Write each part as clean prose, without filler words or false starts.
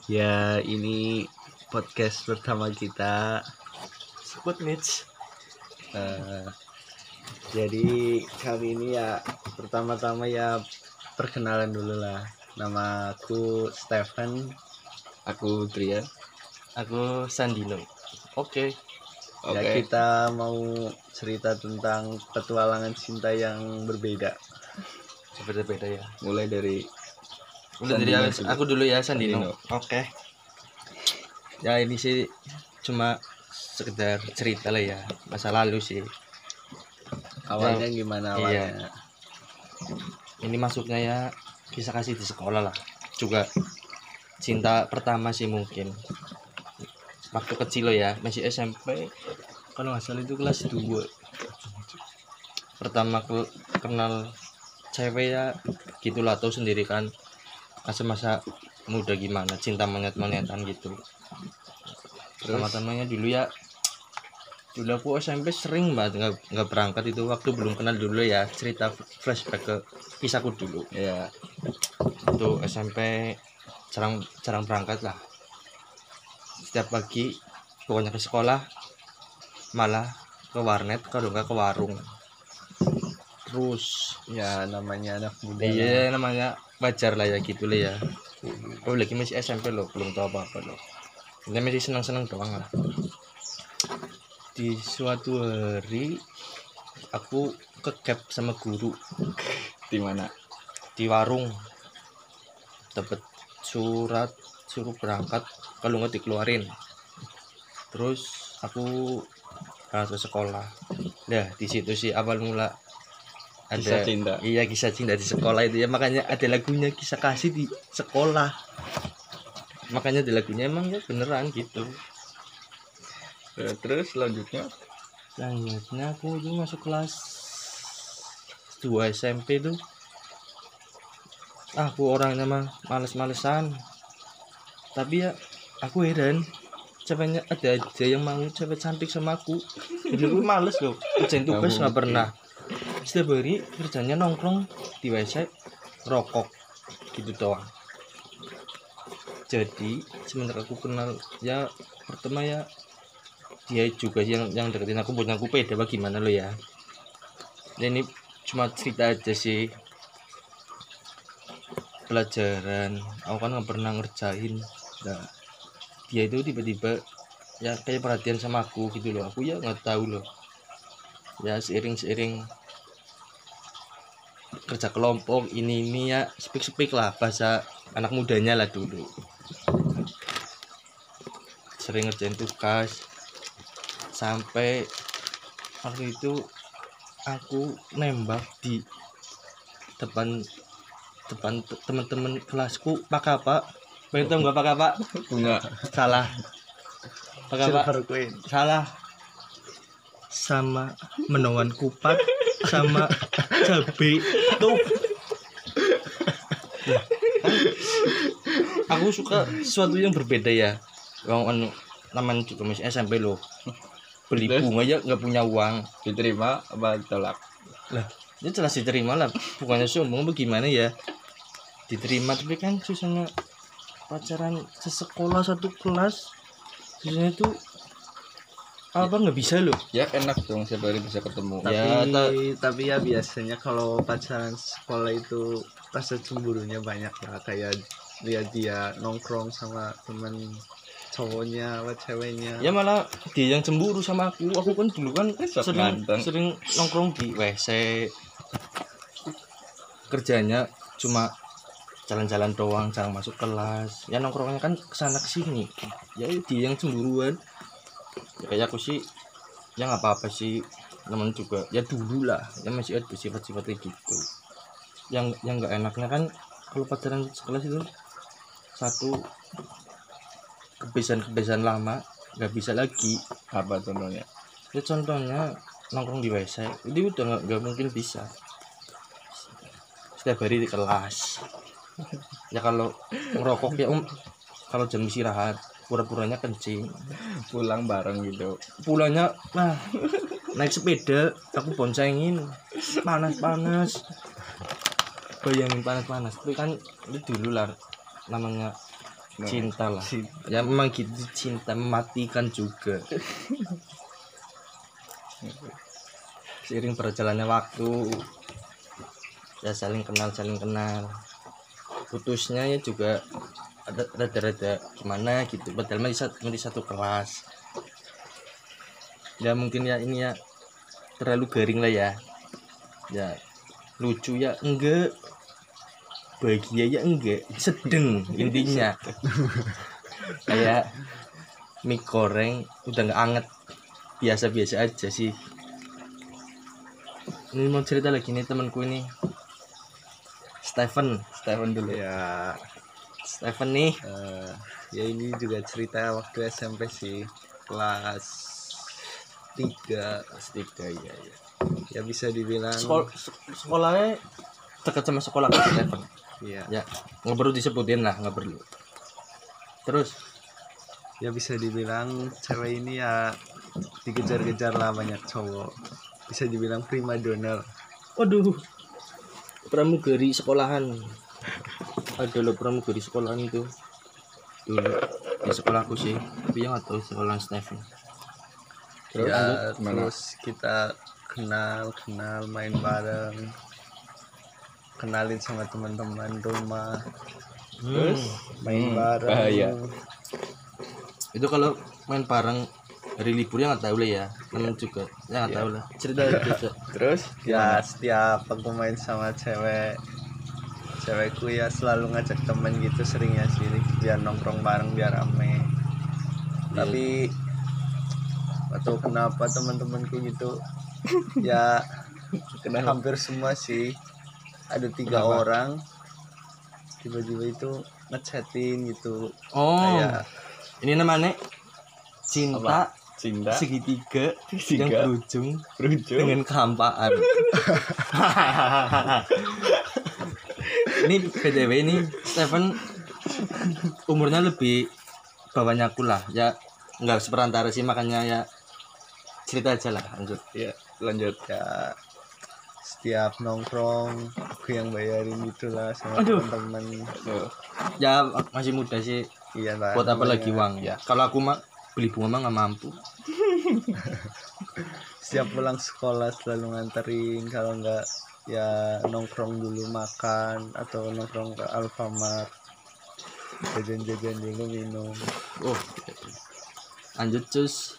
Ya, ini podcast pertama kita. Sputnik. Eh, jadi kali ini ya pertama-tama ya perkenalan dulu lah. Nama aku Stephen. Aku Trian. Aku Sandino. Oke. Ya kita mau cerita tentang petualangan cinta yang berbeda. Berbeda ya. Mulai dari Aku dulu ya Sandino. Sandino. Oke. Ya ini sih cuma sekedar cerita lah ya, masa lalu sih. Awalnya gimana awalnya? Iya. Ini masuknya ya kisah kasih di sekolah lah. Juga cinta pertama sih mungkin. Waktu kecil lo ya, masih SMP. Kalau nggak salah itu kelas 2. Pertama kenal cewek ya gitulah, tahu sendiri kan masa-masa muda gimana, cinta monyet-monyetan gitu. Pertama-tamanya dulu aku SMP sering banget nggak berangkat itu, waktu belum kenal dulu ya, cerita flashback ke kisahku dulu ya itu SMP jarang berangkat lah. Setiap pagi pokoknya ke sekolah, malah ke warnet kalau nggak ke warung. Terus Ya namanya anak muda. iya namanya wajar lah ya gitu lah ya. Oh lagi masih SMP loh, belum tahu apa-apa loh. Ini masih senang-senang doang lah. Di suatu hari aku ke gap sama guru di mana? di warung, dapat surat suruh berangkat kalau nggak dikeluarin. Terus aku berangkat ke sekolah. Nah di situ sih awal mula ada Kisah cinta. Iya, kisah cinta di sekolah itu ya, makanya ada lagunya kisah kasih di sekolah. Makanya ada lagunya, emang ya beneran gitu. Terus selanjutnya Aku itu masuk kelas 2 SMP tuh. Aku orangnya mah males-malesan. Tapi ya aku heran, ceweknya ada aja yang mau cewek cantik sama aku. Jadi aku males loh. Kerjain tugas nggak pernah. Setiap hari kerjanya nongkrong di WC, rokok gitu doang. Jadi sementara aku kenal ya pertama ya dia juga yang deketin aku, buat aku pede bagaimana lo ya. Dan ini cuma cerita aja sih, pelajaran aku kan nggak pernah ngerjain. Nah dia itu tiba-tiba ya kayak perhatian sama aku gitu loh. Aku ya nggak tahu loh ya, seiring kerja kelompok ini ya, speak lah bahasa anak mudanya lah dulu. Sering ngerjain tugas sampai waktu itu aku nembak di depan teman-teman kelasku. Pak apa? Pengen tahu nggak Pak apa? bunga. Salah. Pak apa? Silver Queen. Salah. Sama menawan kupat sama cabai tuh. Aku suka sesuatu yang berbeda ya. Namanya juga masih SMP loh. Beli bunga ya nggak punya uang. Diterima apa tolak? Lah, ini jelas diterima lah. Bukannya sombong bagaimana ya? Diterima, tapi kan susahnya pacaran sesekolah satu kelas. Susahnya itu apa nggak bisa loh. Ya enak dong setiap hari bisa ketemu. Tapi ya biasanya kalau pacaran sekolah itu rasa cemburunya banyak lah, kayak lihat dia nongkrong sama teman cowoknya atau ceweknya. Ya malah dia yang cemburu sama aku. Aku kan dulu kan Mantan. sering nongkrong di WC. Kerjanya cuma jalan-jalan doang, jarang masuk kelas. Ya nongkrongnya kan kesana kesini. Ya dia yang cemburuan. Ya, kayak aku sih ya nggak apa-apa sih, teman juga ya dulu lah ya masih ada sifat-sifat kayak gitu. Yang nggak enaknya kan kalau pacaran sekelas itu, satu, kebiasaan lama nggak bisa lagi. Apa contohnya? Ya contohnya nongkrong di WC itu udah nggak mungkin bisa setiap hari di kelas. Ya kalau ngerokok ya kalau jam istirahat pura-puranya kencing, Pulang bareng gitu. pulangnya naik sepeda aku boncengin, panas bayangin panas. Tapi kan itu dulu lah namanya cinta lah. Ya memang gitu, cinta mematikan juga. Seiring berjalannya waktu ya saling kenal putusnya ya juga ada rada-rada gimana gitu, padahal masih satu kelas ya. Mungkin ya ini ya terlalu garing lah ya, ya lucu ya enggak, bahagia ya enggak, sedeng intinya. Kayak mie goreng udah nggak anget, biasa-biasa aja sih. Ini mau cerita lagi nih temanku ini, Stephen dulu. Ya, Stephen nih ya ini juga cerita waktu SMP sih, kelas 3. ya. Ya bisa dibilang Sekolahnya dekat sama sekolah Stephen. iya. Ya nggak perlu disebutin lah, nggak perlu. Terus Ya bisa dibilang cewek ini ya dikejar-kejar lah banyak cowok, bisa dibilang primadona. waduh, pramugari sekolahan. Ada loh pramugari sekolahan itu dulu di sekolahku sih, tapi yang atau sekolah Stephen. Terus Ya gimana? terus kita kenal main bareng, kenalin sama teman-teman rumah, Terus main bareng. bahaya. Itu kalau main bareng hari libur ya nggak tahu lah ya, temen juga ya nggak tahu lah, cerita aja. Terus Ya setiap aku main sama cewekku ya selalu ngajak temen gitu seringnya sih, biar nongkrong bareng biar rame. Tapi atau kenapa teman-temanku gitu ya hampir semua sih, ada 3 Kenapa? orang tiba-tiba itu ngechatin gitu. Oh Kayak ini namanya cinta cinta segitiga yang berujung dengan kehampaan. Ini PDW ini Stephen umurnya lebih bawahnya aku lah ya, nggak seperantara sih, makanya ya cerita aja lah, lanjut. ya lanjut. ya setiap nongkrong aku yang bayarin gitulah sama Aduh. teman-teman. Ya masih muda sih, Iya lah, buat apa namanya lagi uang ya, kalau aku mah beli bunga mah nggak mampu. setiap pulang sekolah selalu nganterin, kalau enggak ya nongkrong dulu makan atau nongkrong ke Alfamart, jajan-jajan dulu minum. Oh lanjut cus.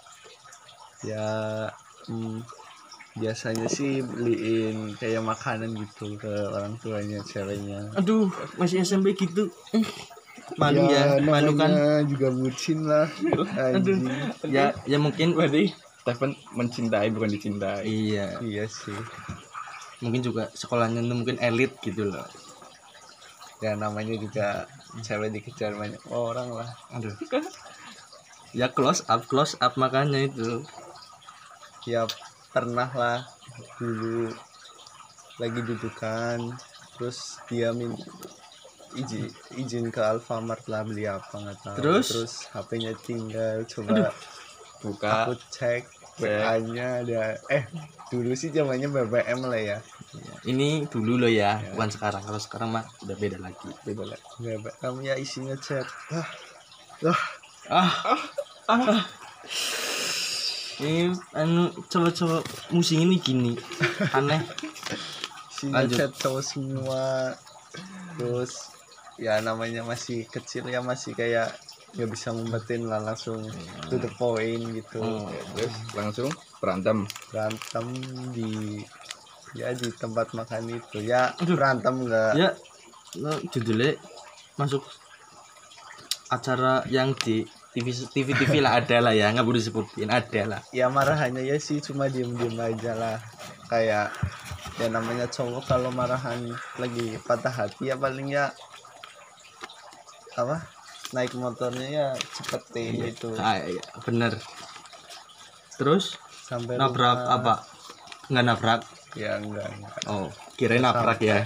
Ya biasanya sih beliin kayak makanan gitu ke orang tuanya ceweknya. Aduh masih SMP gitu. Malu ya, malu kan. namanya juga bucin lah. Aduh. Anjing. Ya mungkin Berarti Stephen mencintai bukan dicintai. iya, Iya sih, mungkin juga sekolahnya tuh mungkin elit gitu loh. ya namanya juga cewek dikejar banyak orang lah. Aduh. Ya close up makanya itu. Ya pernah lah dulu lagi dudukan, terus dia izin ke Alfamart lah beli apa nggak tahu. Terus? HP-nya tinggal, coba Buka aku cek WA-nya ada dulu sih zamannya BBM lah ya. Ini dulu loh ya, bukan sekarang. Kalau sekarang mah udah beda lagi. BBM ya isinya chat. Ini coba musim ini gini aneh. Isinya Lanjut. chat cowok semua. Terus ya namanya masih kecil ya, masih kayak nggak bisa ngumpetin lah, langsung to the point gitu. terus langsung berantem. Berantem di tempat makan itu ya. Berantem nggak Ya judulnya masuk acara yang di TV lah, ada lah ya, nggak perlu disebutin, ada lah. ya, marahannya ya sih cuma diem aja lah. Kayak ya namanya cowok kalau marahan lagi patah hati ya paling ya apa, naik motornya ya cepetin gitu Iya, bener. Terus sampai nabrak rumah. apa? Nggak nabrak? Ya enggak. Oh, kirain nabrak ya.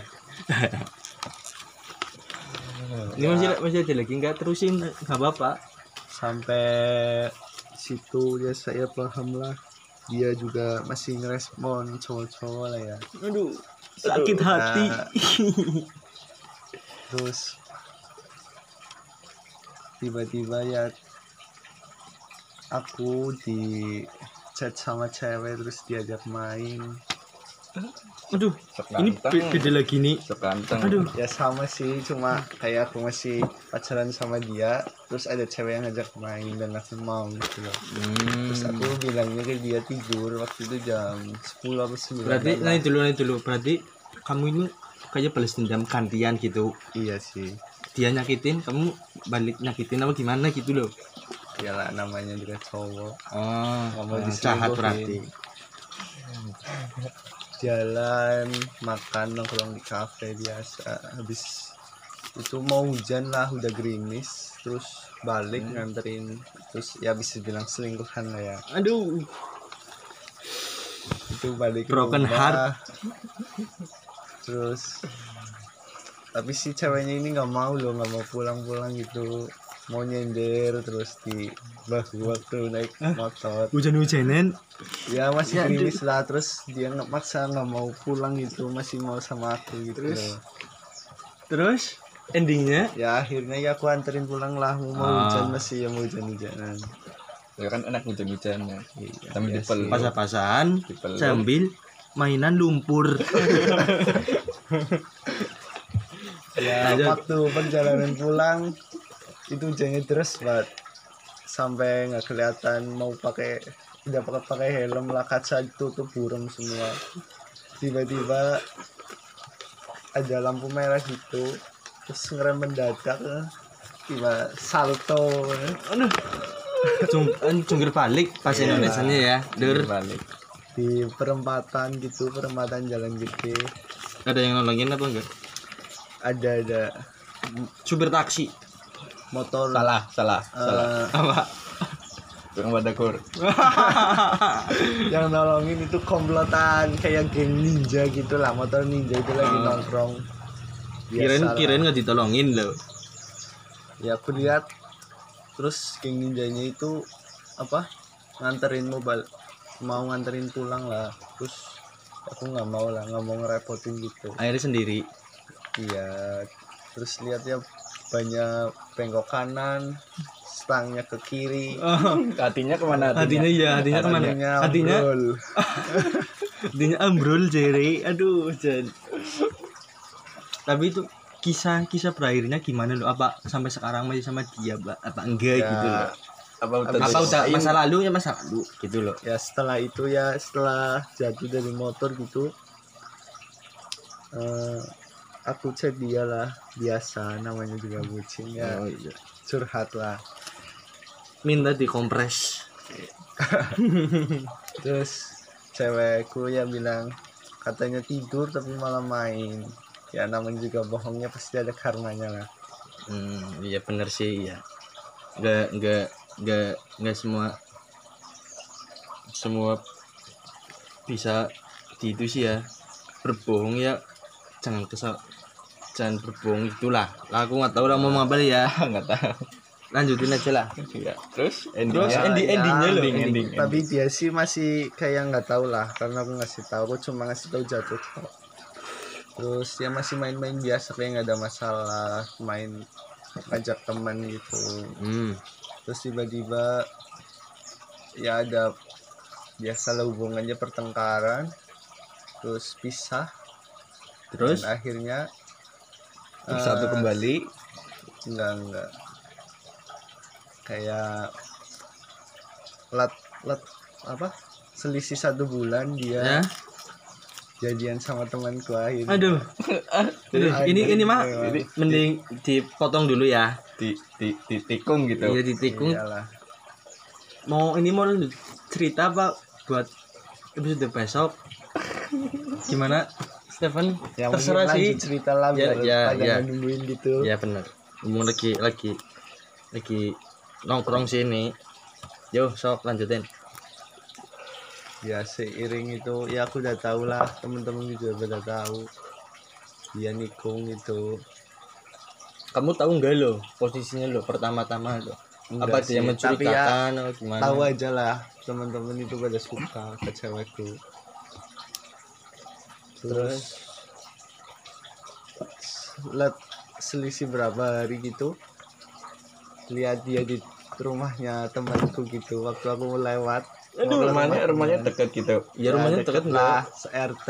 Ini masih ada lagi, nggak terusin nggak apa-apa. Sampai situ ya saya paham lah, dia juga masih ngerespon cowok-cowok lah ya. Aduh, sakit hati. Terus tiba-tiba ya aku di chat sama cewek terus diajak main. Aduh, ini Sekanteng. beda lagi nih. Sekanteng. Aduh. Ya sama sih, cuma kayak aku masih pacaran sama dia terus ada cewek yang ngajak main dan aku mau gitu loh. Terus aku bilangnya ke dia tidur waktu itu jam 10 atau 9. Berarti nanti dulu. Berarti kamu ini kayak balas dendam gantian gitu. Iya sih. Dia nyakitin, kamu balik nyakitin apa gimana gitu loh. Iyalah namanya juga cowok. Oh, Nggak mau jahat diselingkuhin. berarti. Jalan makan nongkrong di kafe biasa, habis itu mau hujan lah, udah gerimis, terus balik nganterin, terus ya bisa bilang selingkuhan lah ya. Aduh, Itu balik ke broken rumah, heart. terus tapi si ceweknya ini nggak mau loh, nggak mau pulang gitu, mau nyender terus di bahu waktu naik motor. Hujan-hujanan. Ya masih Ya, gerimis lah, terus dia nggak maksa, nggak mau pulang gitu, masih mau sama aku gitu. Terus endingnya Ya akhirnya ya aku anterin pulang lah, mau hujan masih ya mau hujan-hujanan. Ya kan enak hujan-hujannya. Iya, Sambil iya dipeluk. pas-pasan Dipeluk. sambil mainan lumpur. Ya Lanjut. waktu perjalanan pulang itu hujannya deras banget sampai nggak kelihatan mau udah pakai helm lah, kaca tutup buram semua. Tiba-tiba ada lampu merah gitu, terus ngerem mendadak, tiba salto. Aduh. Cungkir balik pas Indonesianya ya. Dur. Balik. Di perempatan gitu, perempatan jalan gede. Ada yang nolongin apa enggak? Ada Supir taksi. motor Salah. Apa? Tukang badakur. yang nolongin itu komplotan kayak geng ninja gitu lah, motor ninja itu lagi nongkrong. Biasalah. Kirain nggak ditolongin loh. Ya aku lihat, terus geng ninjanya itu apa, mau nganterin pulang lah, terus aku nggak mau ngerepotin gitu. Akhirnya sendiri. Iya, terus lihat ya banyak bengkok kanan, stangnya ke kiri, Hatinya kemana? Hatinya kemana? Hatinya ambrol. Hatinya ambrol Jerry. Aduh, Jen. Tapi itu kisah berakhirnya gimana lo? Apa sampai sekarang masih sama dia, Mbak? Apa enggak Ya, gitu loh? Apa Apa udah masa lalu gitu loh. ya setelah itu ya, setelah jatuh dari motor gitu, aku chat dia lah, biasa namanya juga bucin ya, Oh iya. curhat lah. Minta dikompres. Terus cewekku ya bilang katanya tidur tapi malah main. Ya namanya juga bohongnya pasti ada karmanya lah. Iya bener sih ya. Nggak semua bisa di itu sih ya. Berbohong ya jangan berbohong itulah. Lah, aku nggak tahu lah mau apa ya. Nggak tahu. Lanjutin aja lah. Iya. Terus Terus Ya, endingnya loh. ending. Tapi dia sih masih kayak nggak tahu lah, karena aku ngasih tahu, aku cuma ngasih tahu jatuh kok. Terus dia masih main-main biasa kayak nggak ada masalah, main ngajak teman gitu. Terus tiba-tiba ya ada biasalah hubungannya, pertengkaran, terus pisah, Terus dan akhirnya Satu kembali. enggak kayak lat apa, selisih 1 bulan dia ya. jadian sama temanku akhirnya. Aduh. Ini mah Ini mending dipotong dulu ya. Ditikung gitu. Iya ditikung. Iyalah. Mau cerita apa buat episode besok? Gimana, Stephen? Ya Terserah mungkin sih. lanjut cerita lah biar Ya. pada nungguin gitu. Ya benar. Ngomong lagi nongkrong sini. Yo, sok lanjutin. Ya seiring itu ya aku udah tahu lah, temen-temen juga udah tahu dia nikung itu. Kamu tahu nggak lo posisinya lo pertama-tama lo? Enggak Apa sih, dia tapi ya menceritakan atau gimana? tahu aja lah teman-teman itu pada suka ke cewekku. Terus lihat selisih berapa hari gitu, lihat dia di rumahnya temanku gitu waktu aku mau lewat. Aduh, rumahnya dekat gitu. Ya rumahnya deket lah, enggak? se-RT.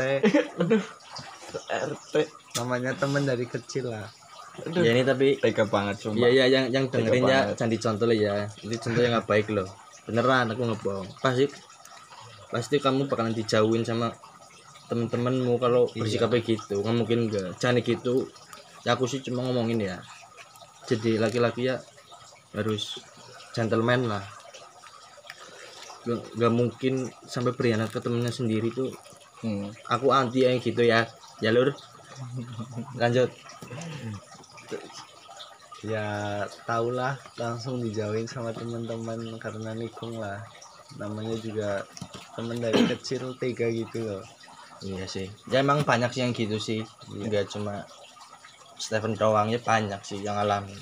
RT. Namanya teman dari kecil lah. Aduh. Ya ini tapi Tega banget sumpah. iya ya yang dengerin ya banget. jangan dicontoh ya. Ini contoh yang nggak baik loh. Beneran aku ngebohong. Pasti kamu bakalan dijauhin sama temen-temenmu kalau bersikapnya gitu. Nggak mungkin enggak. Jangan gitu. Ya aku sih cuma ngomongin ya. Jadi laki-laki ya harus gentleman lah. Gak mungkin sampai berkhianat ke temennya sendiri tuh. Aku anti yang gitu ya. Ya lur. Lanjut. Ya tahulah langsung dijauhin sama teman-teman karena nikung lah. Namanya juga teman dari kecil tega gitu loh. Iya sih. Ya emang banyak sih yang gitu sih. Enggak cuma Stephen doang ya, banyak sih yang alami.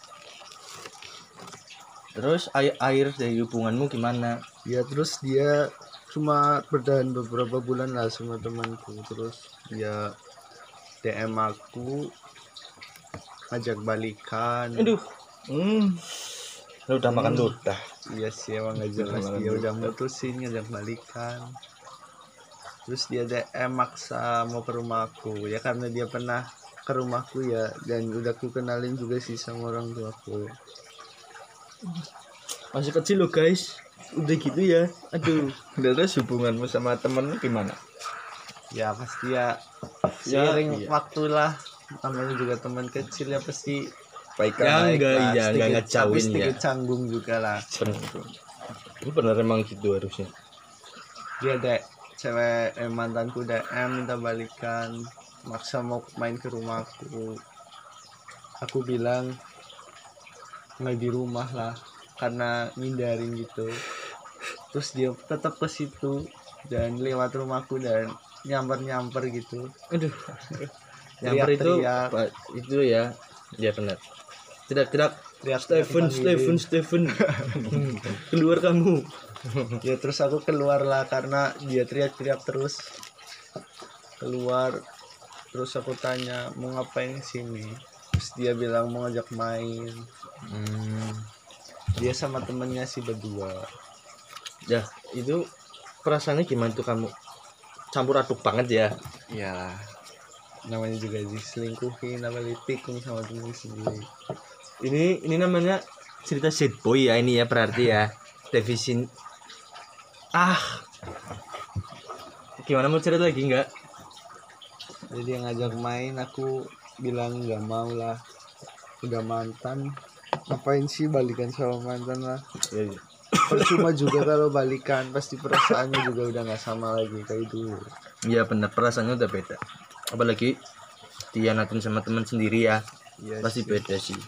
Terus air dari hubunganmu gimana? Ya terus dia cuma bertahan beberapa bulan lah sama temanku. Terus dia DM aku ngajak balikan. Aduh. Lu udah makan ludah. Iya sih emang gak jelas, dia udah mutusin ngajak balikan. Terus dia DM maksa mau ke rumahku ya karena dia pernah ke rumahku ya, dan udah ku kenalin juga sih sama orang tuaku. Masih kecil lo guys. Udah gitu ya. Aduh. Terus hubunganmu sama temenmu gimana? Ya pasti ya Ya, seiring iya. waktu lah, namanya juga teman kecil ya pasti Baikan. Ya baik enggak, lah, iya enggak sedikit- ngejauhin tapi ya. sedikit canggung juga lah. Ini bener emang gitu harusnya. Dia cewek mantanku DM minta balikan, maksa mau main ke rumahku. Aku bilang nggak di rumah lah karena ngindarin gitu. Terus dia tetap ke situ dan lewat rumahku dan nyamper gitu. Aduh. Nyamper itu Teriak-teriak. itu ya. Ya benar. Tidak Teriak Stephen. Keluar kamu. Ya terus aku keluar lah karena dia teriak-teriak terus. Keluar, terus aku tanya mau ngapain sini. Terus dia bilang mau ngajak main. Dia sama temennya sih berdua. Ya, itu perasaannya gimana tuh kamu? Campur aduk banget ya. Ya namanya juga diselingkuhin apa ditikung sama temen sendiri. Ini namanya cerita sad boy ya ini ya berarti ya. Defisin. Gimana mau cerita lagi enggak? Jadi dia ngajak main, aku bilang nggak mau lah, udah mantan, ngapain sih balikan sama mantan lah. Percuma juga kalau balikan, pasti perasaannya juga udah nggak sama lagi kayak dulu. Iya benar, perasaannya udah beda. Apalagi dianatin sama teman sendiri ya. Iya Pasti sih. beda sih.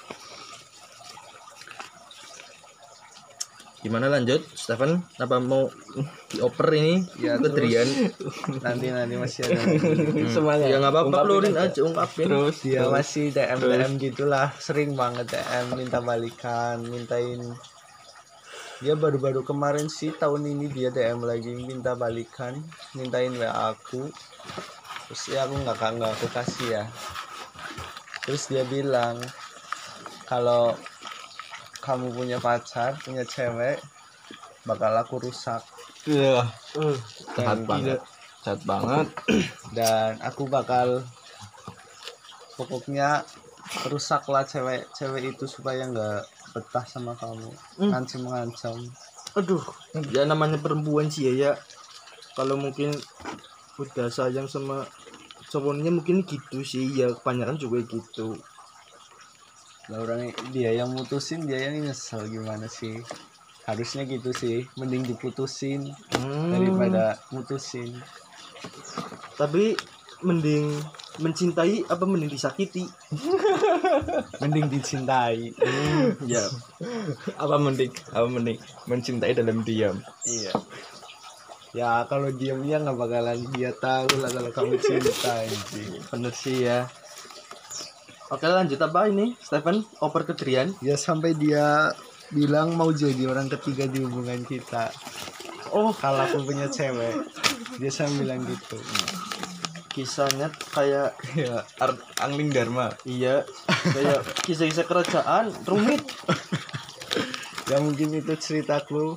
Gimana lanjut, Stephen? Apa mau dioper ini? Ya, ke terus. Drian? nanti masih ada. Semuanya. Ya nggak apa-apa, Ungkapin keluarin aja. aja, ungkapin. Terus Dia masih DM gitulah, sering banget DM minta balikan, mintain. Dia baru-baru kemarin sih tahun ini dia DM lagi minta balikan, mintain WA aku. Terus ya aku nggak aku kasih ya. Terus dia bilang kalau kamu punya pacar, punya cewek, bakal aku rusak. Iya. Dan Jahat banget. dan aku bakal pokoknya rusaklah cewek itu supaya nggak betah sama kamu. Ngancam. Aduh, ya namanya perempuan sih ya. Kalau mungkin udah sayang sama cowoknya mungkin gitu sih ya, kebanyakan juga gitu. Lah orang dia yang mutusin, dia yang nyesel gimana sih? Harusnya gitu sih, mending diputusin daripada mutusin. Tapi mending mencintai apa mending disakiti? Mending dicintai. Ya, Apa mending mencintai dalam diam. Iya. Ya kalau diamnya nggak bakalan dia tahu lah kalau kamu cinta sih. bener sih ya. Oke lanjut apa ini, Stephen? Oper ke Drian. Ya sampai dia bilang mau jadi orang ketiga di hubungan kita. Oh kalau aku punya cewek, dia sama bilang gitu. kisahnya kayak Ya, Angling Dharma. iya kayak kisah-kisah kerajaan rumit. Ya mungkin itu ceritaku.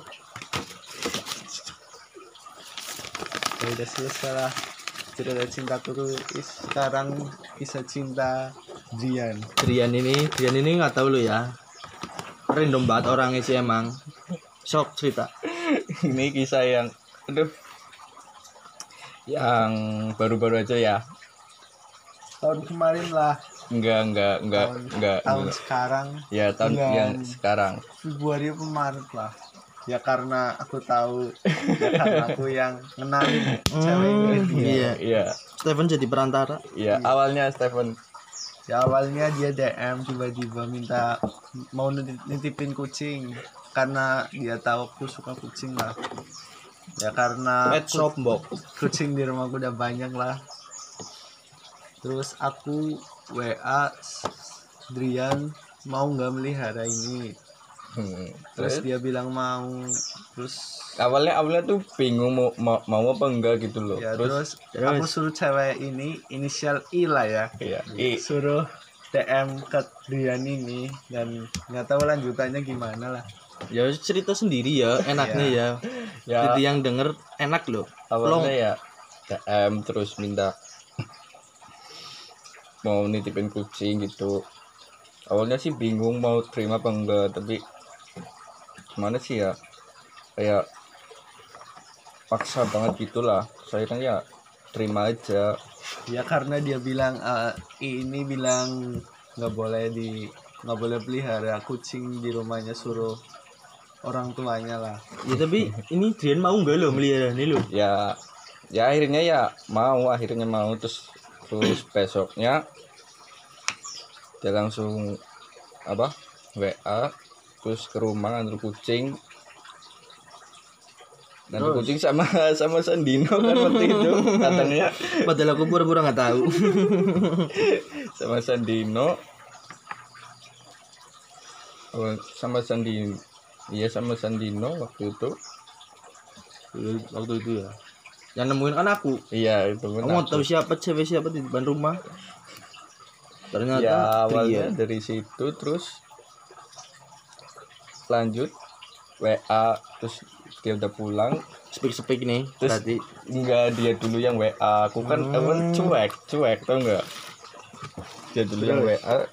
Ya udah selesai lah cerita cintaku tuh. Sekarang kisah cinta Drian. Drian ini nggak tahu lo ya, random banget orangnya sih emang. Sok cerita. Ini kisah yang aduh, yang baru-baru aja ya. Tahun kemarin lah, tahun sekarang, Ya, tahun Bulan yang sekarang. Februari apa Maret lah. Ya karena aku tahu, ya karena aku yang ngenalin cewek ini dia. Iya. Iya, Steven jadi perantara. iya. Awalnya Stephen, Ya awalnya dia DM tiba-tiba minta mau nitipin kucing karena dia tahu aku suka kucing lah. Ya karena Pet shop Mbok. kucing di rumahku udah banyak lah. Terus aku WA Drian mau nggak melihara ini. Terus dia bilang mau. Terus awalnya tuh bingung mau apa enggak gitu loh. ya Terus aku suruh cewek ini inisial I lah ya. iya, Suruh DM ke Drian ini dan nggak tahu lanjutannya gimana lah. Ya cerita sendiri ya, enaknya ya. ya Jadi yang denger enak loh. awalnya ya DM terus minta mau nitipin kucing gitu. Awalnya sih bingung mau terima apa enggak, tapi gimana sih ya, kayak paksa banget gitulah. Saya kan ya terima aja. Ya karena dia bilang ini bilang nggak boleh pelihara kucing di rumahnya, suruh orang tuanya lah. Ya tapi ini Drian mau nggak lo melihara nih lo? Ya akhirnya mau terus besoknya dia langsung WA terus ke rumah nganter kucing sama Sandino kan waktu itu katanya. Padahal aku pura-pura nggak tahu. sama Sandino iya sama Sandino waktu itu. Waktu itu ya. Yang nemuin kan aku. Iya, itu Kamu mau tahu siapa cewek siapa di depan rumah? Ternyata ya awalnya Drian. dari situ terus lanjut WA terus dia udah pulang. Speak nih. Terus Berarti enggak, dia dulu yang WA aku kan cuek tau enggak, dia dulu yang WA.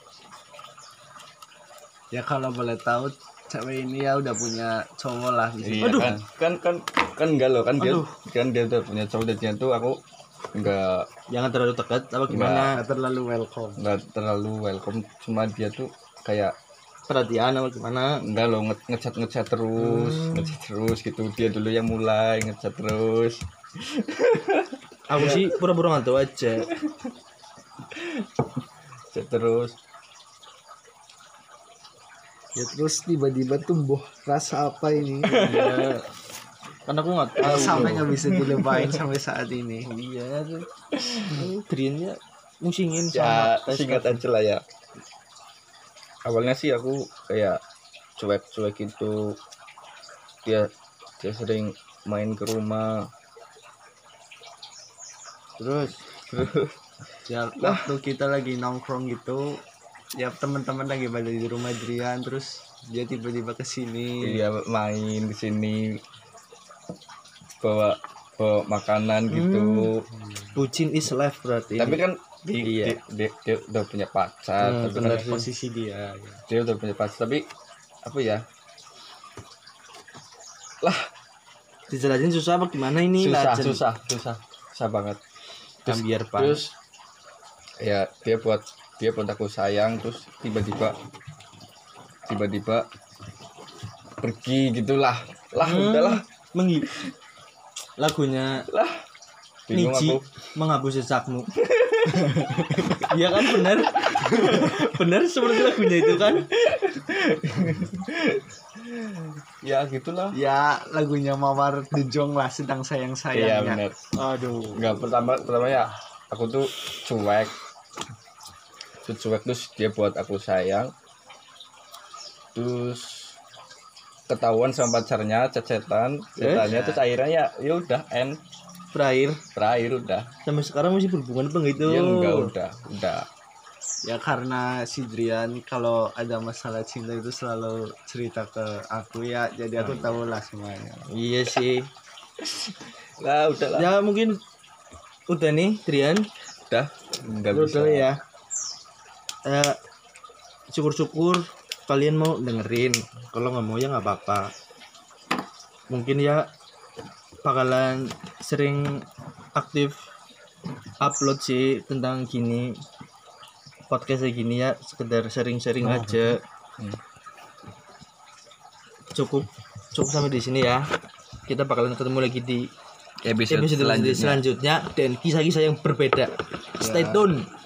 Ya kalau boleh tahu cewek ini ya udah punya cowok lah di sini. Iya, kan enggak loh, kan dia udah punya cowok. Dan tuh aku enggak jangan terlalu dekat apa gimana? Nggak terlalu welcome. cuma dia tuh kayak Perhatian apa gimana? enggak loh, ngechat terus gitu. Dia dulu yang mulai ngechat terus. Aku sih pura-pura nggak tahu aja. Chat terus. Ya terus tiba-tiba tumbuh rasa apa ini? Ya, karena aku nggak tahu. Sampai nggak bisa dilupain sampai saat ini. Iya, Driannya musingin Ya sama singkat aja lah ya. Awalnya sih aku kayak cuek itu. Dia sering main ke rumah. Terus Ya waktu kita lagi nongkrong gitu, ya teman-teman lagi pada di rumah Drian, terus dia tiba-tiba ke sini. Dia main di sini bawa makanan gitu. bucin is life berarti. Tapi kan Iya. dia udah punya pacar. Tapi kan benar sih. Posisi dia. Ya. dia udah punya pacar, tapi apa ya, Dijelasin susah apa gimana ini? Legend. susah banget. Biar Terus ya dia buat aku sayang, terus tiba-tiba pergi gitulah. Udahlah, lagunya bingung Niji aku. menghapus jejakmu. Iya kan, benar seperti lagunya itu kan. Ya gitulah. Ya lagunya Mawar The Jong lah, sedang Iya sayang-sayangnya. benar. Aduh. Enggak, pertama ya aku tuh cuek. Terus dia buat aku sayang. Terus ketahuan sama pacarnya, cetannya, terus akhirnya ya udah end. berakhir udah. sampai sekarang masih berhubungan apa gitu? Ya enggak, udah. Ya karena si Drian kalau ada masalah cinta itu selalu cerita ke aku ya, jadi aku tahu lah semuanya. Iya sih. Lah udah lah. Ya mungkin udah nih Drian. Udah enggak bisa. Udah ya. Syukur-syukur kalian mau dengerin. Kalau nggak mau ya nggak apa-apa. Mungkin ya bakalan sering aktif upload sih tentang gini, podcast kayak gini ya, sekedar sharing-sharing aja. Cukup sampai di sini ya. Kita bakalan ketemu lagi di Episode episode selanjutnya dan kisah-kisah yang berbeda. Stay tune.